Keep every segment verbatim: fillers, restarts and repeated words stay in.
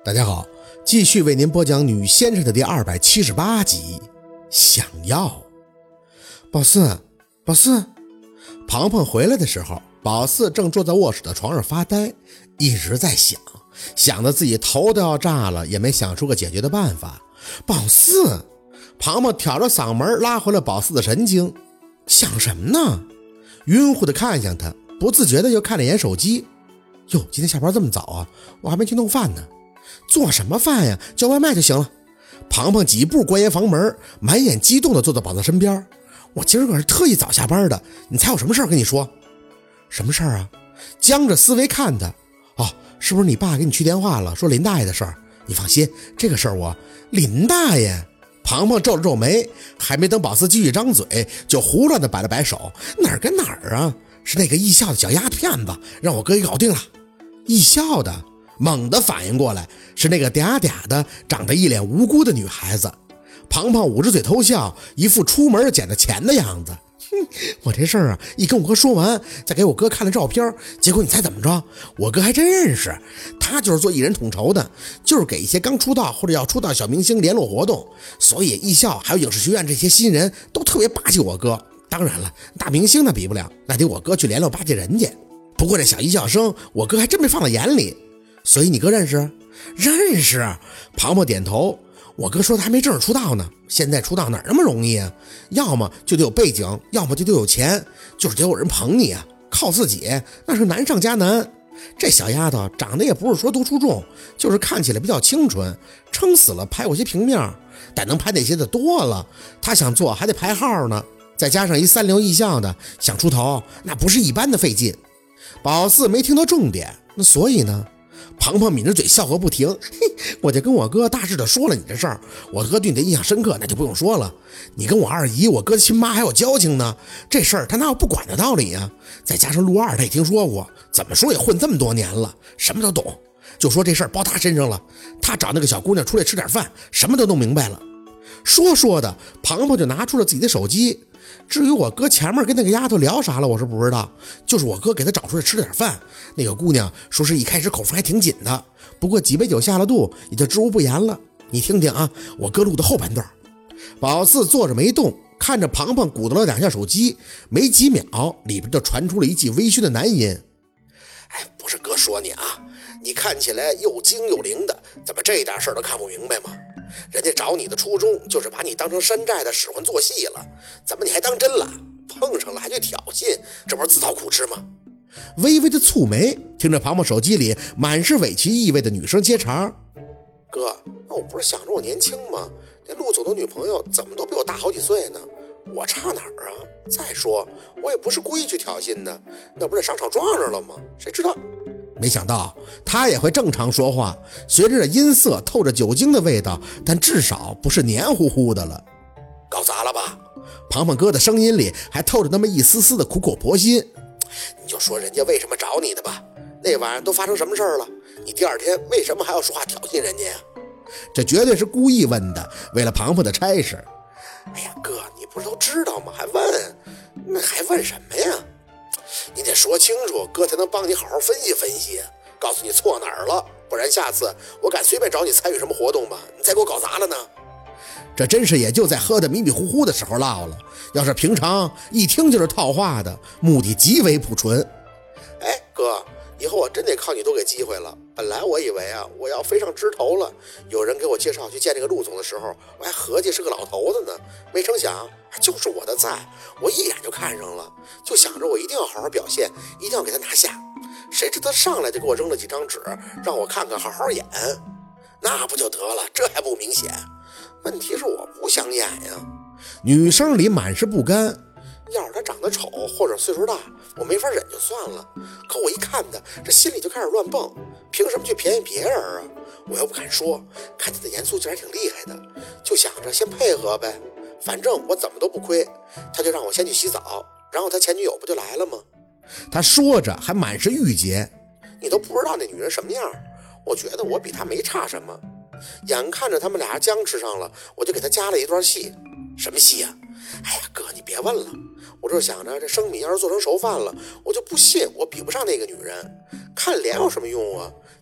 大家好，继续为您播讲女先生的第二百七十八集。想要。宝四，宝四。庞庞回来的时候，宝四正坐在卧室的床上发呆，一直在想，想得自己头都要炸了，也没想出个解决的办法。宝四，庞庞挑着嗓门拉回了宝四的神经。想什么呢？晕乎的看向他，不自觉的又看了一眼手机。哟，今天下班这么早啊，我还没去弄饭呢。做什么饭呀？叫外卖就行了。庞庞几步关严房门，满眼激动地坐在宝四身边。我今儿个是特意早下班的，你猜有什么事儿跟你说？什么事儿啊？僵着思维看他。哦，是不是你爸给你去电话了，说林大爷的事儿？你放心，这个事儿我……林大爷？庞庞皱了皱眉，还没等宝四继续张嘴，就胡乱地摆了摆手。哪儿跟哪儿啊？是那个艺校的小丫片子，让我哥给搞定了。艺校的？猛地反应过来，是那个嗲嗲的长得一脸无辜的女孩子。庞庞捂着嘴偷笑，一副出门捡了钱的样子。哼，我这事儿啊，一跟我哥说完，再给我哥看了照片，结果你猜怎么着？我哥还真认识，他就是做艺人统筹的，就是给一些刚出道或者要出道小明星联络活动，所以艺校还有影视学院这些新人都特别巴结我哥。当然了，大明星那比不了，那得我哥去联络巴结人家。不过这小艺校生，我哥还真没放在眼里。所以你哥认识？认识。庞庞点头。我哥说他还没正式出道呢，现在出道哪那么容易啊？要么就得有背景，要么就得有钱，就是得有人捧你啊。靠自己那是难上加难。这小丫头长得也不是说多出众，就是看起来比较清纯，撑死了拍过些平面，但能拍那些的多了，她想做还得排号呢。再加上一三流艺校的，想出头那不是一般的费劲。宝四没听到重点，那所以呢？庞庞抿着嘴笑个不停。嘿，我就跟我哥大致的说了你这事儿，我哥对你的印象深刻，那就不用说了。你跟我二姨，我哥的亲妈还有交情呢，这事儿他哪有不管的道理呀？再加上陆二他也听说过，怎么说也混这么多年了，什么都懂。就说这事儿包他身上了，他找那个小姑娘出来吃点饭，什么都弄明白了。说说的，庞庞就拿出了自己的手机。至于我哥前面跟那个丫头聊啥了，我是不知道，就是我哥给他找出来吃点饭。那个姑娘说是一开始口风还挺紧的，不过几杯酒下了肚，也就知无不言了。你听听啊，我哥录的后半段。宝四坐着没动，看着庞庞鼓捣了两下手机，没几秒里边就传出了一记微醺的男音。哎，不是哥说你啊，你看起来又精又灵的，怎么这点事儿都看不明白吗？人家找你的初衷就是把你当成山寨的使唤做戏了，怎么你还当真了？碰上了还去挑衅，这不是自讨苦吃吗？微微的蹙眉，听着庞庞手机里满是委屈意味的女声接茬。哥，那我不是想着我年轻吗？那陆总的女朋友怎么都比我大好几岁呢？我差哪儿啊？再说我也不是故意去挑衅的，那不是商场撞上了吗？谁知道？没想到他也会正常说话，随着音色透着酒精的味道，但至少不是黏糊糊的了。搞砸了吧？庞庞哥的声音里还透着那么一丝丝的苦口婆心。你就说人家为什么找你的吧，那晚上都发生什么事儿了？你第二天为什么还要说话挑衅人家呀？这绝对是故意问的，为了庞庞的差事。哎呀哥，你不是都知道吗？还问？那还问什么呀？你得说清楚，哥才能帮你好好分析分析，告诉你错哪儿了，不然下次我敢随便找你参与什么活动吧，你再给我搞砸了呢。这真是也就在喝得迷迷糊糊的时候唠了，要是平常一听就是套话的，目的极为不纯。哎哥，以后我真得靠你多给机会了。本来我以为啊，我要飞上枝头了，有人给我介绍去见这个陆总的时候，我还合计是个老头子呢，没成想就是我的菜，我一眼就看上了，就想着我一定要好好表现，一定要给他拿下。谁知他上来就给我扔了几张纸，让我看看好好演，那不就得了？这还不明显？问题是我不想演呀。女生里满是不甘。要是他长得丑或者岁数大，我没法忍就算了，可我一看他，这心里就开始乱蹦，凭什么去便宜别人啊？我又不敢说，看他的严肃劲还挺厉害的，就想着先配合呗，反正我怎么都不亏。他就让我先去洗澡，然后他前女友不就来了吗？他说着还满是郁结。你都不知道那女人什么样，我觉得我比她没差什么。眼看着他们俩僵持上了，我就给他加了一段戏。什么戏啊？哎呀哥，你别问了，我就想着这生米要是做成熟饭了，我就不信我比不上那个女人。看脸有什么用啊？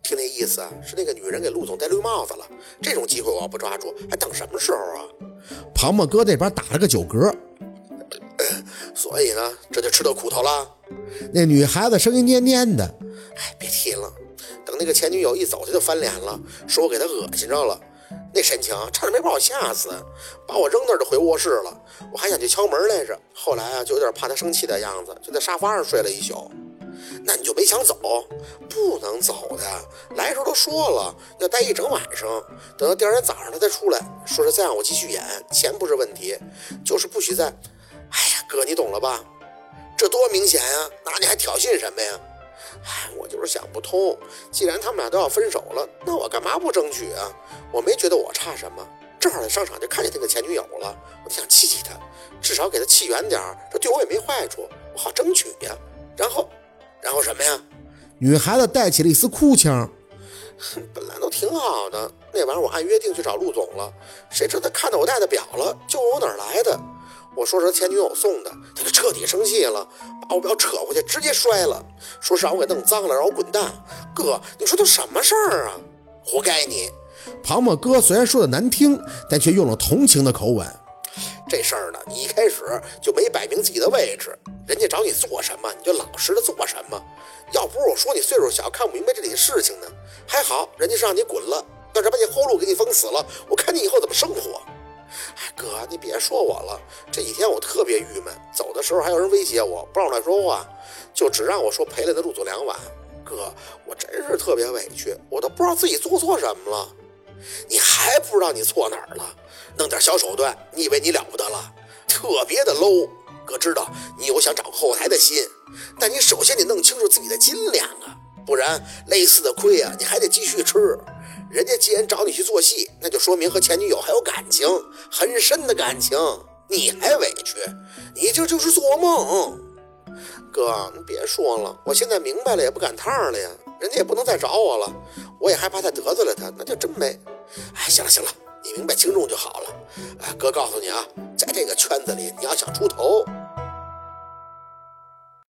听那意思啊，是那个女人给陆总戴绿帽子了。这种机会我要不抓住，还等什么时候啊？庞墨哥那边打了个酒嗝，所以呢，这就吃到苦头了。那女孩子声音蔫蔫的，哎，别提了。等那个前女友一走，他就翻脸了，说我给他恶心着了。那神情差点没把我吓死，把我扔那儿就回卧室了。我还想去敲门来着，后来啊，就有点怕他生气的样子，就在沙发上睡了一宿。那你就没想走？不能走的，来时候都说了要待一整晚上，等到第二天早上他再出来，说是再让我继续演，钱不是问题，就是不许再……哎呀，哥你懂了吧？这多明显呀！那你还挑衅什么呀？哎，我就是想不通，既然他们俩都要分手了，那我干嘛不争取啊？我没觉得我差什么，正好在商场就看见那个前女友了，我就想气气他，至少给他气远点，这对我也没坏处，我好争取呀。然后，然后什么呀？女孩子带起了一丝哭腔。本来都挺好的，那晚上我按约定去找陆总了，谁知道他看到我带的表了，就问我哪儿来的。我说是前女友送的，他就彻底生气了，把我表扯回去，直接摔了，说是让我给弄脏了，让我滚蛋。哥，你说都什么事儿啊？活该你！庞墨哥虽然说的难听，但却用了同情的口吻。这事儿呢，你一开始就没摆明自己的位置，人家找你做什么，你就老实的做什么。要不是我说你岁数小，看不明白这里的事情呢，还好人家是让你滚了，要是把你后路给你封死了，我看你以后怎么生活。哎，哥，你别说我了，这几天我特别郁闷，走的时候还有人威胁我，不让我乱说话，就只让我说赔了那陆总两晚。哥，我真是特别委屈，我都不知道自己做错什么了。你还不知道你错哪儿了？弄点小手段，你以为你了不得了？特别的 low。哥知道你有想找后台的心，但你首先得弄清楚自己的斤两啊，不然类似的亏啊，你还得继续吃。人家既然找你去做戏，那就说明和前女友还有感情，很深的感情，你还委屈，你这就是做梦。哥，你别说了，我现在明白了也不赶趟了呀，人家也不能再找我了，我也害怕再得罪了他，那就真没。哎，行了行了，你明白轻重就好了。哎，哥告诉你啊，在这个圈子里，你要想出头，